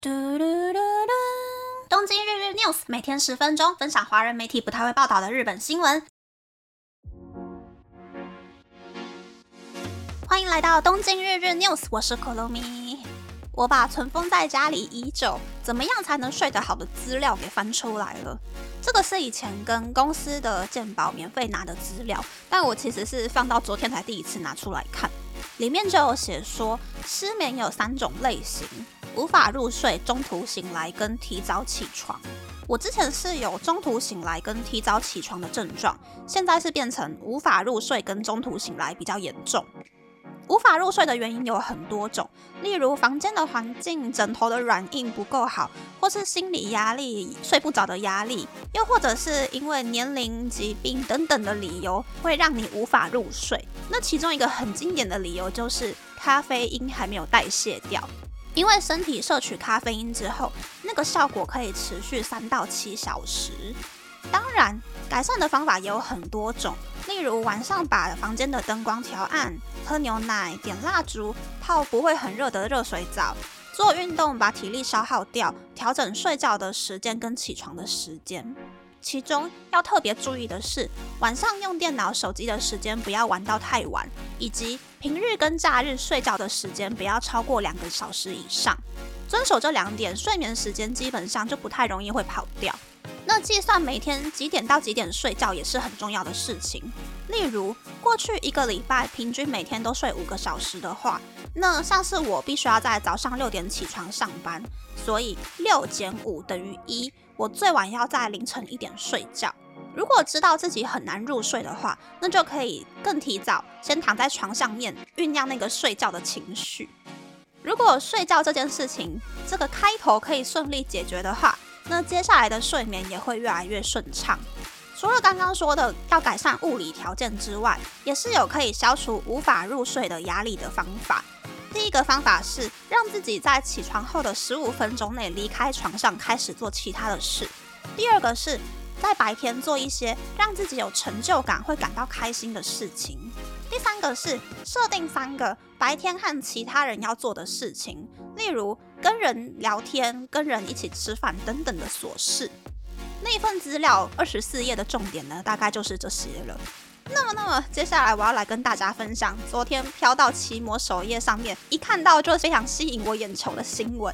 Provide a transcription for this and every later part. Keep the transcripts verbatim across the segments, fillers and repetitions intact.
嘟嘟嘟嘟东京日日 News 每天十分钟，分享华人媒体不太会报道的日本新闻。欢迎来到东京日日 News， 我是可露咪。我把存封在家里已久，怎么样才能睡得好的资料给翻出来了。这个是以前跟公司的健保免费拿的资料，但我其实是放到昨天才第一次拿出来看。里面就有写说，失眠有三种类型。无法入睡、中途醒来跟提早起床。我之前是有中途醒来跟提早起床的症状，现在是变成无法入睡跟中途醒来比较严重。无法入睡的原因有很多种，例如房间的环境、枕头的软硬不够好，或是心理压力、睡不着的压力，又或者是因为年龄、疾病等等的理由会让你无法入睡。那其中一个很经典的理由就是咖啡因还没有代谢掉。因为身体摄取咖啡因之后，那个效果可以持续三到七小时。当然，改善的方法也有很多种，例如晚上把房间的灯光调暗，喝牛奶、点蜡烛、泡不会很热的热水澡，做运动把体力消耗掉，调整睡觉的时间跟起床的时间。其中要特别注意的是，晚上用电脑、手机的时间不要玩到太晚，以及平日跟假日睡觉的时间不要超过两个小时以上。遵守这两点，睡眠时间基本上就不太容易会跑掉。那计算每天几点到几点睡觉也是很重要的事情。例如，过去一个礼拜平均每天都睡五个小时的话，那像是我必须要在早上六点起床上班，所以六减五等于一。我最晚要在凌晨一点睡觉。如果知道自己很难入睡的话，那就可以更提早先躺在床上面酝酿那个睡觉的情绪。如果睡觉这件事情这个开头可以顺利解决的话，那接下来的睡眠也会越来越顺畅。除了刚刚说的要改善物理条件之外，也是有可以消除无法入睡的压力的方法。第一个方法是让自己在起床后的十五分钟内离开床上，开始做其他的事。第二个是在白天做一些让自己有成就感、会感到开心的事情。第三个是设定三个白天和其他人要做的事情，例如跟人聊天、跟人一起吃饭等等的琐事。那一份资料二十四页的重点呢，大概就是这些了。那么，那么接下来我要来跟大家分享昨天飘到奇摩首页上面，一看到就非常吸引我眼球的新闻。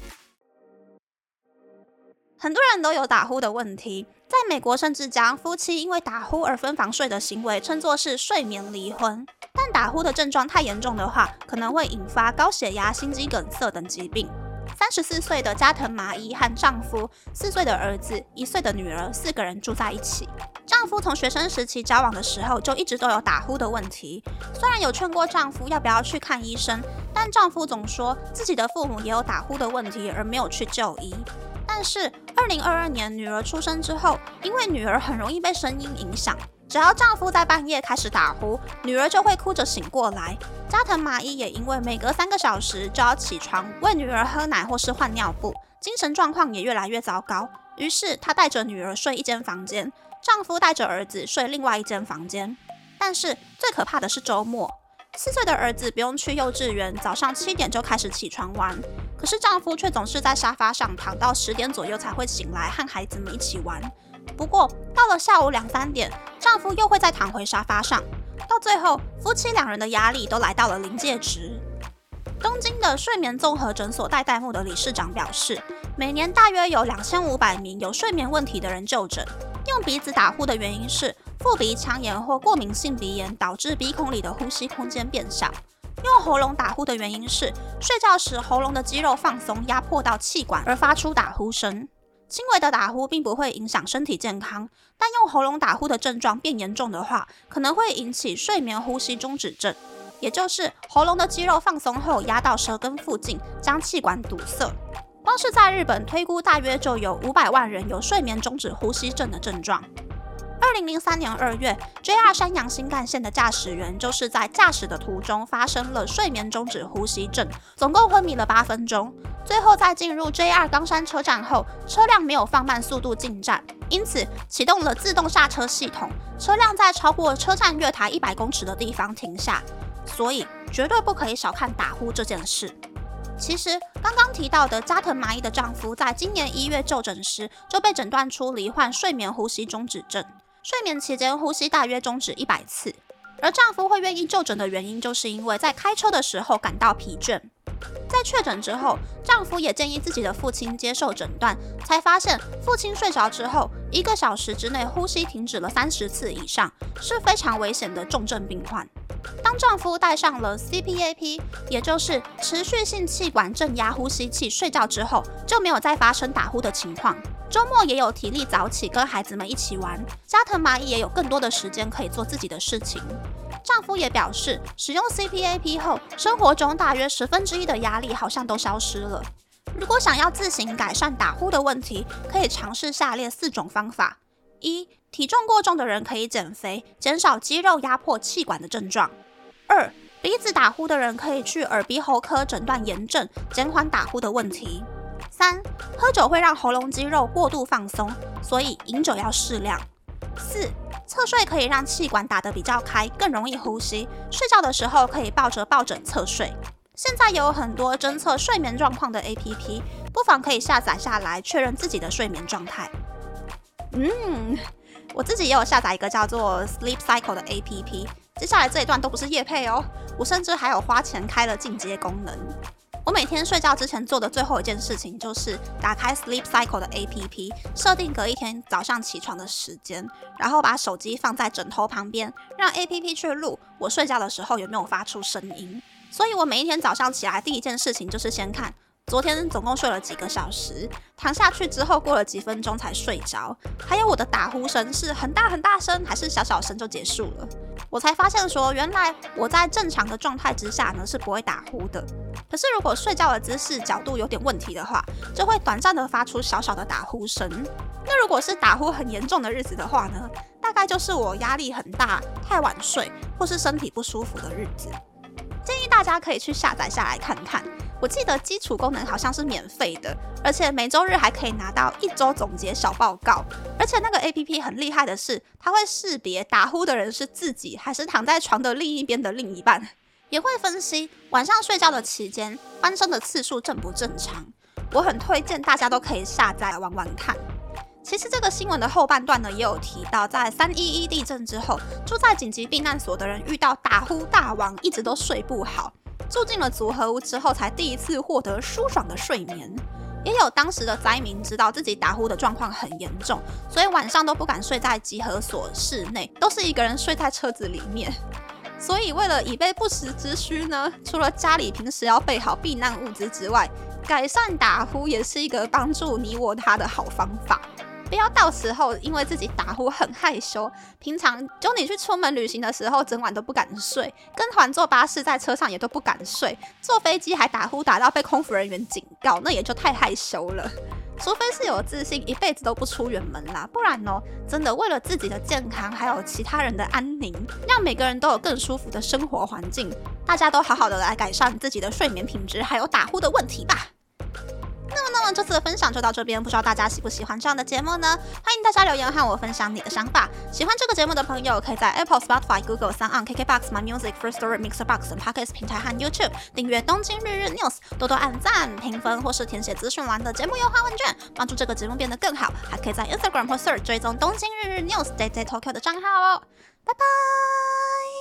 很多人都有打呼的问题，在美国甚至将夫妻因为打呼而分房睡的行为称作是睡眠离婚。但打呼的症状太严重的话，可能会引发高血压、心肌梗塞等疾病。三十四岁的加藤麻衣和丈夫、四岁的儿子、一岁的女儿，四个人住在一起。丈夫从学生时期交往的时候就一直都有打呼的问题，虽然有劝过丈夫要不要去看医生，但丈夫总说自己的父母也有打呼的问题而没有去就医。但是二零二二年女儿出生之后，因为女儿很容易被声音影响，只要丈夫在半夜开始打呼，女儿就会哭着醒过来。加藤麻衣也因为每隔三个小时就要起床喂女儿喝奶或是换尿布，精神状况也越来越糟糕。于是她带着女儿睡一间房间，丈夫带着儿子睡另外一间房间。但是最可怕的是周末，四岁的儿子不用去幼稚园，早上七点就开始起床玩，可是丈夫却总是在沙发上躺到十点左右才会醒来和孩子们一起玩。不过到了下午两三点，丈夫又会再躺回沙发上，到最后夫妻两人的压力都来到了临界值。东京的睡眠综合诊所代代木的理事长表示，每年大约有两千五百名有睡眠问题的人就诊。用鼻子打呼的原因是副鼻腔炎或过敏性鼻炎导致鼻孔里的呼吸空间变小。用喉咙打呼的原因是睡觉时喉咙的肌肉放松压迫到气管而发出打呼声。轻微的打呼并不会影响身体健康，但用喉咙打呼的症状变严重的话，可能会引起睡眠呼吸中止症，也就是喉咙的肌肉放松后压到舌根附近，将气管堵塞。光是在日本推估大约就有五百万人有睡眠中止呼吸症的症状。二零零三年二月 J R 山阳新干线的驾驶员就是在驾驶的途中发生了睡眠中止呼吸症，总共昏迷了八分钟。最后在进入 J R 冈山车站后，车辆没有放慢速度进站，因此启动了自动刹车系统，车辆在超过车站月台一百公尺的地方停下。所以绝对不可以小看打呼这件事。 其实刚刚提到的加藤麻衣的丈夫，在今年一月就诊时就被诊断出罹患睡眠呼吸中止症，睡眠期间呼吸大约终止一百次。而丈夫会愿意就诊的原因，就是因为在开车的时候感到疲倦。在确诊之后，丈夫也建议自己的父亲接受诊断，才发现父亲睡着之后，一个小时之内呼吸停止了三十次以上，是非常危险的重症病患。当丈夫戴上了 C P A P， 也就是持续性气管正压呼吸器睡觉之后，就没有再发生打呼的情况。周末也有体力早起跟孩子们一起玩，加藤麻衣也有更多的时间可以做自己的事情。丈夫也表示，使用 C P A P 后，生活中大约十分之一的压力好像都消失了。如果想要自行改善打呼的问题，可以尝试下列四种方法：一、体重过重的人可以减肥，减少肌肉压迫气管的症状；二、鼻子打呼的人可以去耳鼻喉科诊断炎症，减缓打呼的问题；三、喝酒会让喉咙肌肉过度放松，所以饮酒要适量；四、侧睡可以让气管打得比较开，更容易呼吸，睡觉的时候可以抱着抱枕侧睡。现在也有很多侦测睡眠状况的 A P P， 不妨可以下载下来，确认自己的睡眠状态。嗯，我自己也有下载一个叫做 Sleep Cycle 的 A P P， 接下来这一段都不是业配哦，我甚至还有花钱开了进阶功能。我每天睡觉之前做的最后一件事情，就是打开 Sleep Cycle 的 A P P， 设定隔一天早上起床的时间，然后把手机放在枕头旁边，让 A P P 去录我睡觉的时候有没有发出声音。所以我每一天早上起来第一件事情就是先看昨天总共睡了几个小时，躺下去之后过了几分钟才睡着，还有我的打呼声是很大很大声还是小小声就结束了。我才发现说，原来我在正常的状态之下呢是不会打呼的，可是如果睡觉的姿势角度有点问题的话，就会短暂的发出小小的打呼声。那如果是打呼很严重的日子的话呢，大概就是我压力很大、太晚睡或是身体不舒服的日子。建议大家可以去下载下来看看，我记得基础功能好像是免费的，而且每周日还可以拿到一周总结小报告。而且那个 A P P 很厉害的是，它会识别打呼的人是自己还是躺在床的另一边的另一半，也会分析晚上睡觉的期间翻身的次数正不正常。我很推荐大家都可以下载来玩玩看。其实这个新闻的后半段呢，也有提到，在三一一地震之后，住在紧急避难所的人遇到打呼大王，一直都睡不好，住进了组合屋之后，才第一次获得舒爽的睡眠。也有当时的灾民知道自己打呼的状况很严重，所以晚上都不敢睡在集合所室内，都是一个人睡在车子里面。所以为了以备不时之需呢，除了家里平时要备好避难物资之外，改善打呼也是一个帮助你我他的好方法。不要到时候因为自己打呼很害羞，平常就你去出门旅行的时候整晚都不敢睡，跟团坐巴士在车上也都不敢睡，坐飞机还打呼打到被空服人员警告，那也就太害羞了。除非是有自信一辈子都不出远门啦，不然哦，真的为了自己的健康还有其他人的安宁，让每个人都有更舒服的生活环境，大家都好好的来改善自己的睡眠品质还有打呼的问题吧。那么，那么这次的分享就到这边，不知道大家喜不喜欢这样的节目呢？欢迎大家留言和我分享你的想法。喜欢这个节目的朋友，可以在 Apple、Spotify、Google、SoundOn、K K B O X、My Music、First Story、Mixerbox 等 Podcast 平台和 YouTube 订阅《东京日日 News》，多多按赞、评分或是填写资讯栏的节目优化问卷，帮助这个节目变得更好。还可以在 Instagram 或 Search 追踪《东京日日 News》Day Day Tokyo 的账号哦。拜拜。